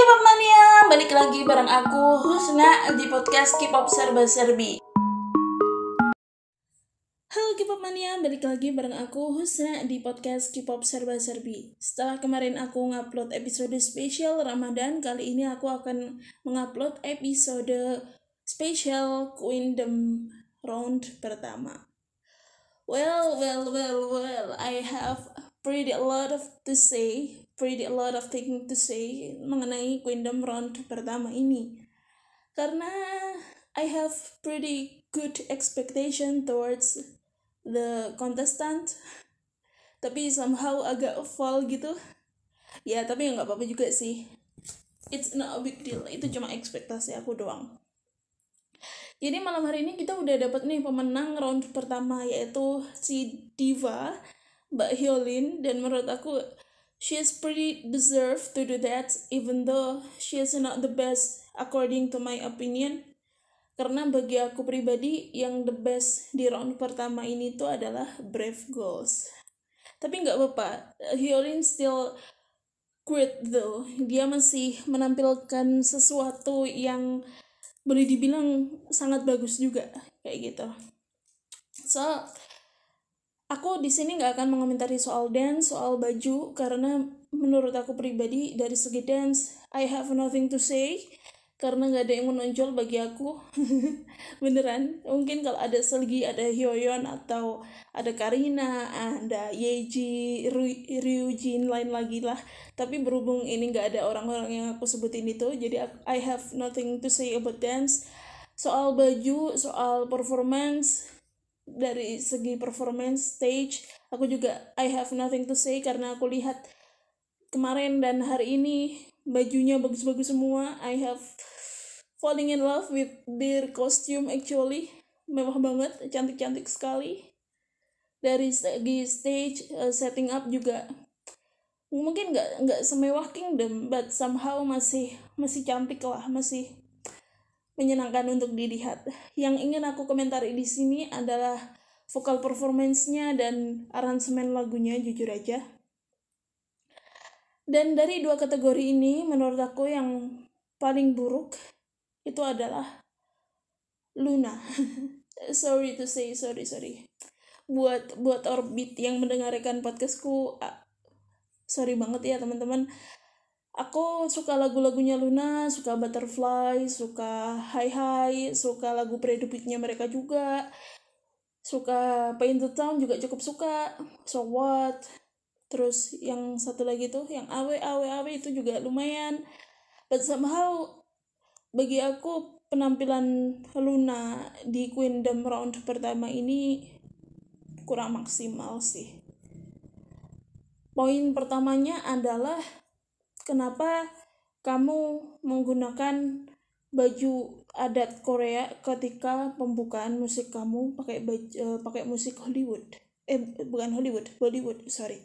K-pop mania, balik lagi bareng aku Husna di podcast K-pop Serba Serbi. Halo K-pop mania, balik lagi bareng aku Husna di podcast K-pop Serba Serbi. Setelah kemarin aku ngupload episode spesial Ramadan, kali ini aku akan mengupload episode spesial Queendom round pertama. Well, I have pretty a lot of things to say mengenai Queendom round pertama ini. Karena I have pretty good expectation towards the contestant, tapi somehow agak fall gitu. Ya, tapi nggak apa-apa juga sih. It's not a big deal, itu cuma ekspektasi aku doang. Jadi malam hari ini kita udah dapet nih pemenang round pertama, yaitu si Diva, Mbak Hyolyn, dan menurut aku she is pretty deserved to do that, even though she is not the best according to my opinion. Karena bagi aku pribadi, yang the best di round pertama ini tuh adalah Brave Girls. Tapi nggak apa-apa, Hyolyn still great though. Dia masih menampilkan sesuatu yang boleh dibilang sangat bagus juga kayak gitu. So, aku di sini nggak akan mengomentari soal dance, soal baju, karena menurut aku pribadi dari segi dance, I have nothing to say, karena nggak ada yang menonjol bagi aku. Beneran, mungkin kalau ada Selgi, ada Hyoyeon, atau ada Karina, ada Yeji, Ryujin, lain lagi lah. Tapi berhubung ini nggak ada orang-orang yang aku sebutin itu, jadi I have nothing to say about dance. Soal baju, soal performance, dari segi performance stage, aku juga I have nothing to say, karena aku lihat kemarin dan hari ini bajunya bagus-bagus semua. I have falling in love with their costume actually. Mewah banget, cantik-cantik sekali. Dari segi stage setting up juga mungkin nggak semewah Kingdom, but somehow masih cantik lah, masih menyenangkan untuk dilihat. Yang ingin aku komentari di sini adalah vokal performance-nya dan aransemen lagunya, jujur aja. Dan dari dua kategori ini, menurut aku yang paling buruk itu adalah Luna. sorry. Buat Orbit yang mendengarkan podcastku, sorry banget ya teman-teman. Aku suka lagu-lagunya Luna, suka Butterfly, suka Hi, suka lagu pre-debutnya mereka juga, suka Paint the Town juga cukup suka, So What, terus yang satu lagi tuh yang Awe itu juga lumayan. But somehow bagi aku penampilan Luna di Queendom round pertama ini kurang maksimal sih. Poin pertamanya adalah kenapa kamu menggunakan baju adat Korea ketika pembukaan musik kamu pakai musik Hollywood? Bukan Hollywood, Bollywood, sorry.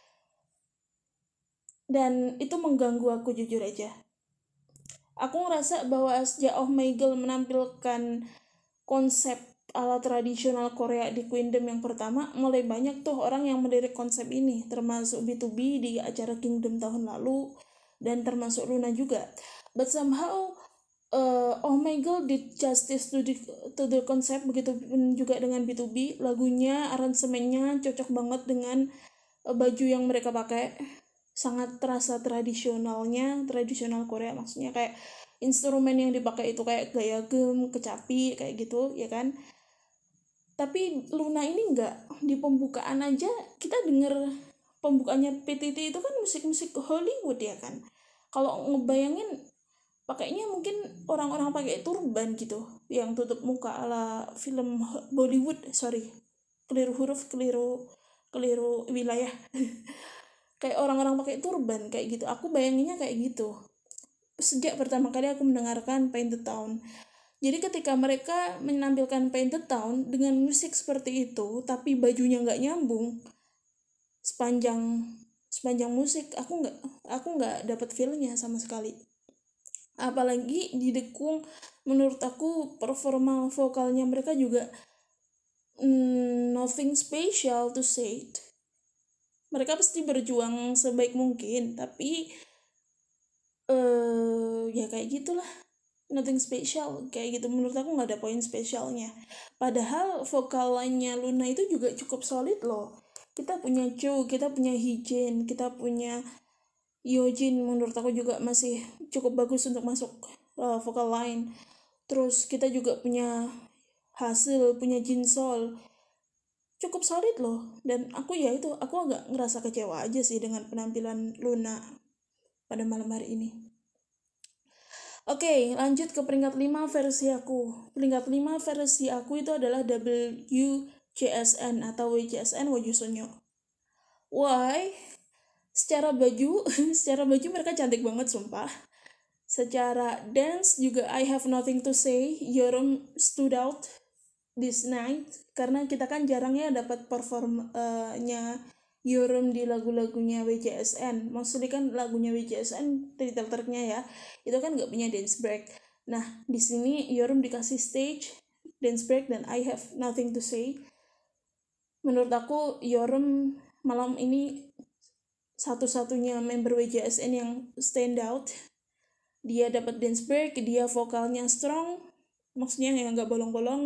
Dan itu mengganggu aku, jujur aja. Aku ngerasa bahwa sejak Oh My Girl menampilkan konsep ala tradisional Korea di Queendom yang pertama, mulai banyak tuh orang yang melirik konsep ini, termasuk B2B di acara Kingdom tahun lalu, dan termasuk Luna juga. But somehow Oh My Girl did justice to the concept, begitu juga dengan B2B. Lagunya, aransemennya cocok banget dengan baju yang mereka pakai. Sangat terasa tradisional Korea, maksudnya kayak instrumen yang dipakai itu kayak gayagem, kecapi, kayak gitu ya kan. Tapi Luna ini enggak, di pembukaan aja kita denger pembukaannya PTT itu kan musik-musik Hollywood ya kan. Kalau ngebayangin pakainya mungkin orang-orang pakai turban gitu yang tutup muka ala film Bollywood, keliru huruf, keliru wilayah. Kayak orang-orang pakai turban kayak gitu, aku bayanginnya kayak gitu sejak pertama kali aku mendengarkan Paint the Town. Jadi ketika mereka menampilkan Paint the Town dengan musik seperti itu tapi bajunya nggak nyambung sepanjang musik, aku nggak dapat feel-nya sama sekali. Apalagi didukung, menurut aku performa vokalnya mereka juga nothing special to say it. Mereka pasti berjuang sebaik mungkin, tapi Ya kayak gitulah, nothing special kayak gitu. Menurut aku nggak ada poin spesialnya, padahal vokal line-nya Luna itu juga cukup solid loh. Kita punya Chu, kita punya Hijin, kita punya Yojin, menurut aku juga masih cukup bagus untuk masuk vokal line. Terus kita juga punya Hasil, punya Jinsol, cukup solid loh. Dan aku aku agak ngerasa kecewa aja sih dengan penampilan Luna pada malam hari ini. Oke, lanjut ke peringkat 5 versi aku. Peringkat 5 versi aku itu adalah WJSN atau WJSN Waju Sonyo. Why? Secara baju, secara baju mereka cantik banget sumpah. Secara dance juga I have nothing to say. Yeoreum stood out this night karena kita kan jarangnya dapat performnya Yeoreum di lagu-lagunya WJSN. Maksudnya kan lagunya WJSN titel-triknya ya, itu kan nggak punya dance break. Nah di sini Yeoreum dikasih stage dance break dan I have nothing to say. Menurut aku Yeoreum malam ini satu-satunya member WJSN yang stand out. Dia dapat dance break, dia vokalnya strong, maksudnya yang nggak bolong-bolong,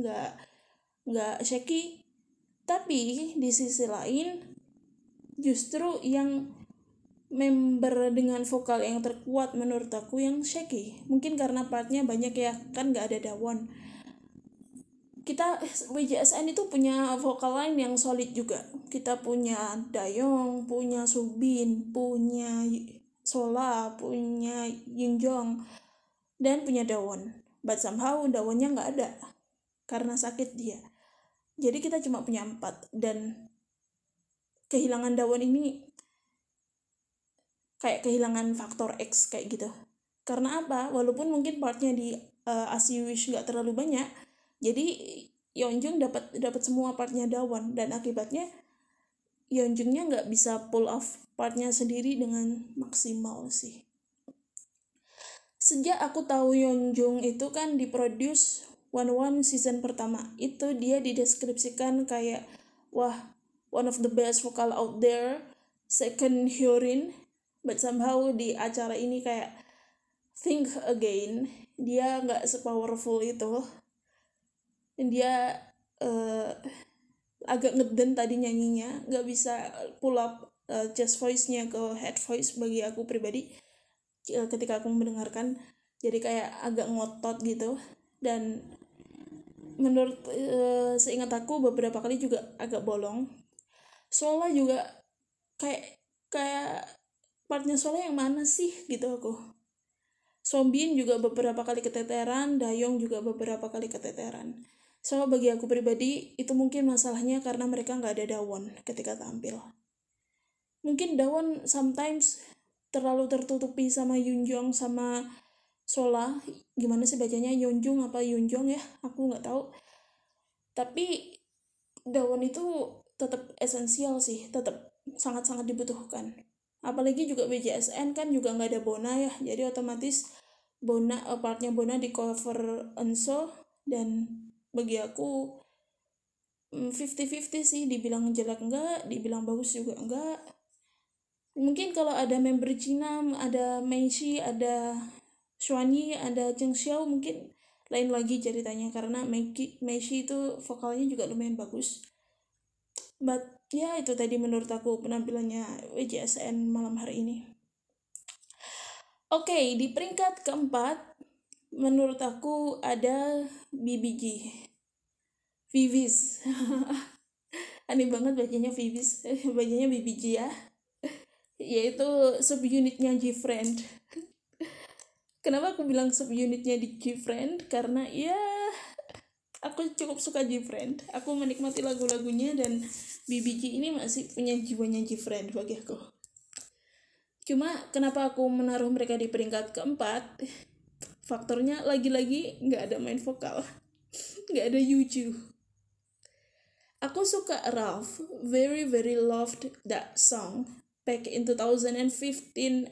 nggak shaky. Tapi di sisi lain justru yang member dengan vokal yang terkuat menurut aku yang shaky. Mungkin karena partnya banyak ya, kan nggak ada Dawon. Kita WJSN itu punya vokal line yang solid juga. Kita punya Dayong, punya Subin, punya Sola, punya Yunjong, dan punya Dawon. But somehow Dawonnya nggak ada karena sakit dia. Jadi kita cuma punya 4 dan kehilangan Dawon ini kayak kehilangan faktor X kayak gitu. Karena apa? Walaupun mungkin partnya di As You Wish nggak terlalu banyak, jadi Yeonjung dapat semua partnya Dawon dan akibatnya Yeonjungnya nggak bisa pull off partnya sendiri dengan maksimal sih. Sejak aku tahu Yeonjung itu kan diproduce One season pertama, itu dia dideskripsikan kayak wah one of the best vocal out there, second Hyorin, but somehow di acara ini kayak think again, dia nggak sepowerful itu. Dan dia agak ngeden tadi nyanyinya, nggak bisa pull up chest voice-nya ke head voice bagi aku pribadi ketika aku mendengarkan. Jadi kayak agak ngotot gitu. Dan menurut seingat aku beberapa kali juga agak bolong. Sola juga kayak kayak partnya Sola yang mana sih gitu aku. Sombin juga beberapa kali keteteran, Dayong juga beberapa kali keteteran. So bagi aku pribadi itu mungkin masalahnya karena mereka nggak ada Dawon ketika tampil. Mungkin Dawon sometimes terlalu tertutupi sama Yunjong sama Sola. Gimana sih bacanya, Yonjung apa Yunjong ya? Aku nggak tahu. Tapi Dawon itu tetap esensial sih, tetap sangat-sangat dibutuhkan. Apalagi juga WJSN kan juga nggak ada Bona ya, jadi otomatis partnya Bona di cover Enso. Dan bagi aku 50-50 sih, dibilang jelek enggak, dibilang bagus juga enggak. Mungkin kalau ada member Cina, ada Meishi, ada Xuanyi, ada Cheng Xiao, mungkin lain lagi ceritanya karena Meishi itu vokalnya juga lumayan bagus. But ya itu tadi menurut aku penampilannya WJSN malam hari ini. Oke, di peringkat keempat menurut aku ada BBG, Vivis. Aneh banget bacanya Vivis, bacanya BBG ya, yaitu subunitnya Gfriend. Kenapa aku bilang subunitnya di Gfriend? Karena ya aku cukup suka Gfriend, aku menikmati lagu-lagunya dan BBG ini masih punya jiwanya Gfriend bagi aku. Cuma kenapa aku menaruh mereka di peringkat keempat? Faktornya lagi-lagi nggak ada main vokal, nggak ada Yuju. Aku suka Ralph, very very loved that song back in 2015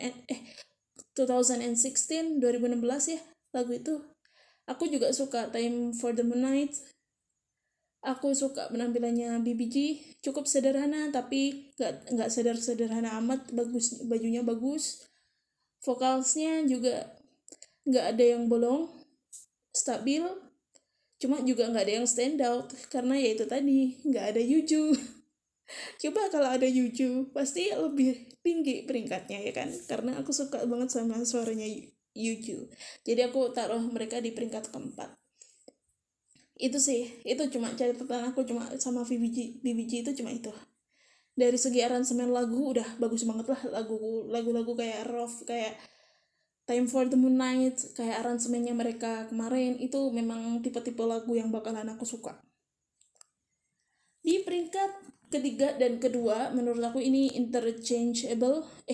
2016 ya lagu itu. Aku juga suka Time for the Moonlight. Aku suka penampilannya BBG, cukup sederhana tapi nggak sederhana amat, bagus, bajunya bagus. Vokalsnya juga nggak ada yang bolong, stabil, cuma juga nggak ada yang stand out karena ya itu tadi nggak ada Yuju. Coba kalau ada Yuju pasti lebih tinggi peringkatnya ya kan, karena aku suka banget sama suaranya Yuju, jadi aku taruh mereka di peringkat keempat. Itu sih, itu cuma catatan aku cuma sama VBG itu cuma itu. Dari segi aransemen lagu udah bagus banget lah, lagu-lagu kayak Rough, kayak Time for the Moonlight, kayak aransemennya mereka kemarin itu memang tipe-tipe lagu yang bakalan aku suka. Di peringkat ketiga dan kedua menurut aku ini interchangeable.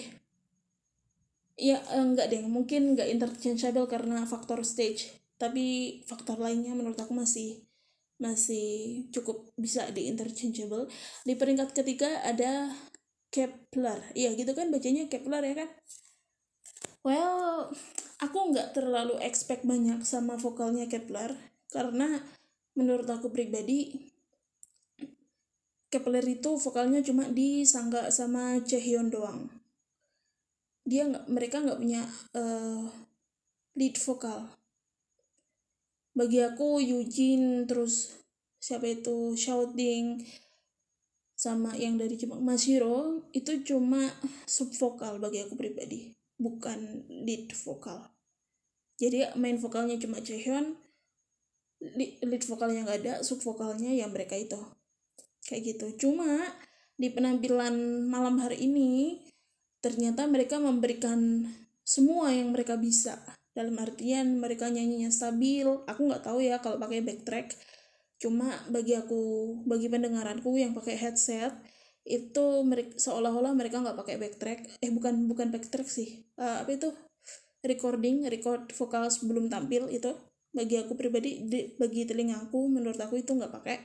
Ya enggak deh, mungkin enggak interchangeable karena faktor stage, tapi faktor lainnya menurut aku masih cukup bisa di interchangeable. Di peringkat ketiga ada Kepler, iya gitu kan bacanya Kepler ya kan. Well, aku nggak terlalu expect banyak sama vokalnya Kepler karena menurut aku pribadi Kepler itu vokalnya cuma disangga sama Chaehyun doang. Mereka nggak punya lead vokal. Bagi aku Eugene, terus siapa itu Shouting, sama yang dari Jepang Mashiro itu cuma sub vokal bagi aku pribadi, bukan lead vokal. Jadi main vokalnya cuma Chaehyun, lead vokalnya nggak ada, sub vokalnya ya mereka itu kayak gitu. Cuma di penampilan malam hari ini ternyata mereka memberikan semua yang mereka bisa, dalam artian mereka nyanyinya stabil. Aku nggak tahu ya kalau pakai backtrack, cuma bagi pendengaranku yang pakai headset itu mereka seolah-olah mereka nggak pakai backtrack, bukan backtrack sih, apa itu, record vokal sebelum tampil. Itu bagi aku pribadi, bagi telingaku, menurut aku itu nggak pakai.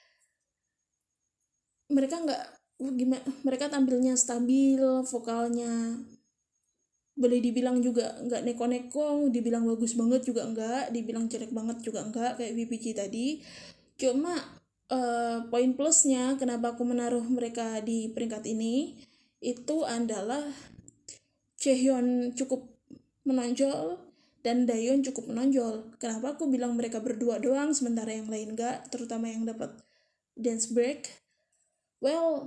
Mereka tampilnya stabil, vokalnya boleh dibilang juga nggak neko-neko, dibilang bagus banget juga enggak, dibilang jelek banget juga enggak kayak BPG tadi. Cuma poin plusnya kenapa aku menaruh mereka di peringkat ini itu adalah Chaehyun cukup menonjol dan Daeyeon cukup menonjol. Kenapa aku bilang mereka berdua doang sementara yang lain enggak, terutama yang dapat dance break? Well,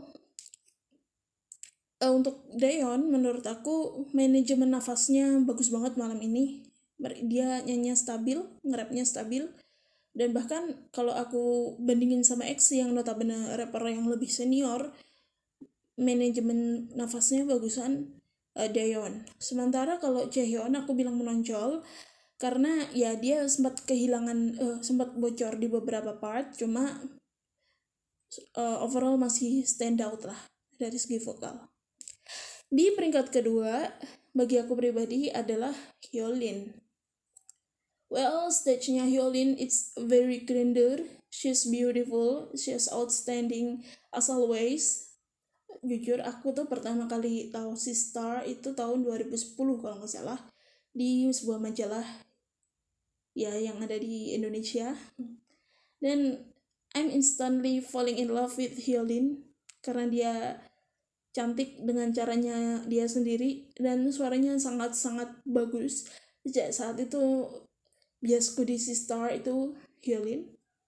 untuk Daeyeon menurut aku manajemen nafasnya bagus banget malam ini. Dia nyanyinya stabil, nge-rapnya stabil, dan bahkan kalau aku bandingin sama X yang notabene rapper yang lebih senior, manajemen nafasnya bagusan Daeyeon. Sementara kalau Chaehyun aku bilang menonjol karena ya dia sempat bocor di beberapa part, cuma overall masih stand out lah dari segi vokal. Di peringkat kedua bagi aku pribadi adalah Hyolyn. Well, stage-nya Hyolyn it's very grandeur. She's beautiful, she's outstanding as always. Jujur aku tuh pertama kali tahu si Star itu tahun 2010 kalau nggak salah, di sebuah majalah ya yang ada di Indonesia. Dan I'm instantly falling in love with Hyolyn karena dia cantik dengan caranya dia sendiri dan suaranya sangat-sangat bagus. Sejak saat itu biasku di si Star itu Hyolyn.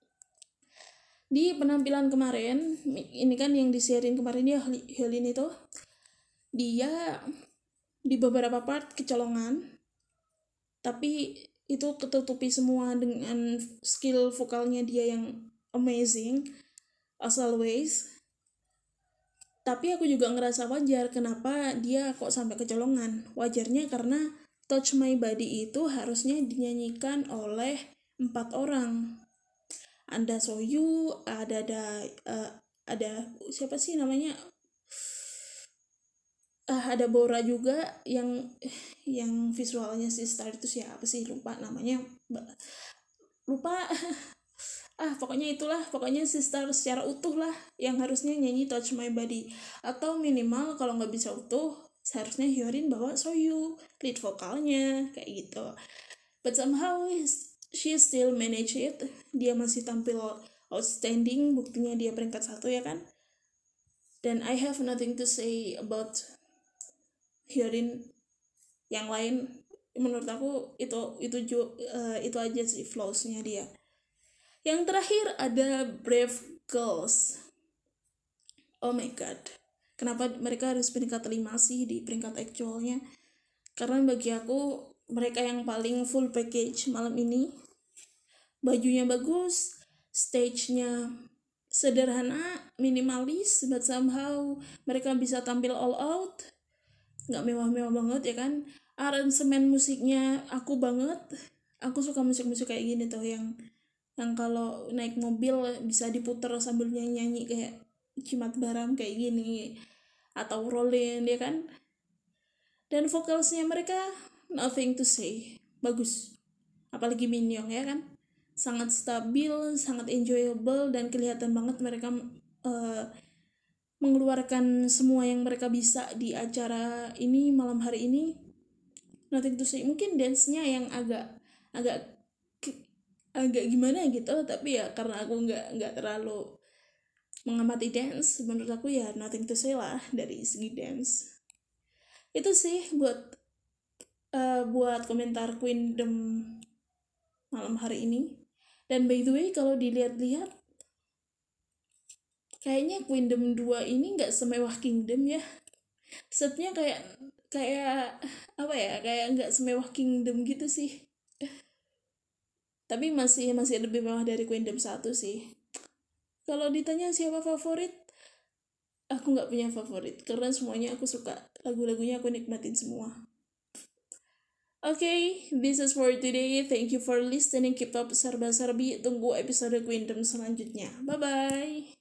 Di penampilan kemarin, ini kan yang disiarin kemarin ya, Hyolyn itu dia di beberapa part kecolongan, tapi itu ketutupi semua dengan skill vokalnya dia yang amazing as always. Tapi aku juga ngerasa wajar kenapa dia kok sampai kecolongan. Wajarnya karena Touch My Body itu harusnya dinyanyikan oleh 4 orang. Ada Soyu, ada siapa sih namanya? Ada Bora juga yang visualnya si Star itu siapa sih, lupa namanya. Lupa. Pokoknya si Star secara utuh lah yang harusnya nyanyi Touch My Body, atau minimal kalau nggak bisa utuh seharusnya Hyolyn bawa Soyu lead vokalnya kayak gitu. But somehow she still manage it. Dia masih tampil outstanding, buktinya dia peringkat 1 ya kan. Dan I have nothing to say about Hyolyn Yang lain menurut aku itu aja sih flaws-nya dia. Yang terakhir ada Brave Girls. Oh my god, kenapa mereka harus peringkat 5 sih di peringkat actualnya? Karena bagi aku mereka yang paling full package malam ini. Bajunya bagus, stage-nya sederhana, minimalis, but somehow mereka bisa tampil all out. Nggak mewah-mewah banget ya kan. Aransemen musiknya aku banget. Aku suka musik-musik kayak gini tuh, yang kalau naik mobil bisa diputer sambil nyanyi-nyanyi kayak Cimat Baram kayak gini, atau Rolling ya kan. Dan vokalsnya mereka nothing to say, bagus. Apalagi Minhyung ya kan, sangat stabil, sangat enjoyable, dan kelihatan banget mereka mengeluarkan semua yang mereka bisa di acara ini malam hari ini. Nothing to say, mungkin dance-nya yang agak agak agak gimana gitu, tapi ya karena aku nggak terlalu mengamati dance, menurut aku ya nothing to say lah dari segi dance. Itu sih buat komentar Queendom malam hari ini. Dan by the way, kalau dilihat-lihat kayaknya Queendom 2 ini nggak semewah Kingdom ya. Setnya kayak kayak apa ya, kayak nggak semewah Kingdom gitu sih. Tapi masih lebih mewah dari Queendom 1 sih. Kalau ditanya siapa favorit, aku nggak punya favorit karena semuanya aku suka, lagu-lagunya aku nikmatin semua. Okay, this is for today. Thank you for listening. Keep up serba-serbi. Tunggu episode Queendom selanjutnya. Bye-bye.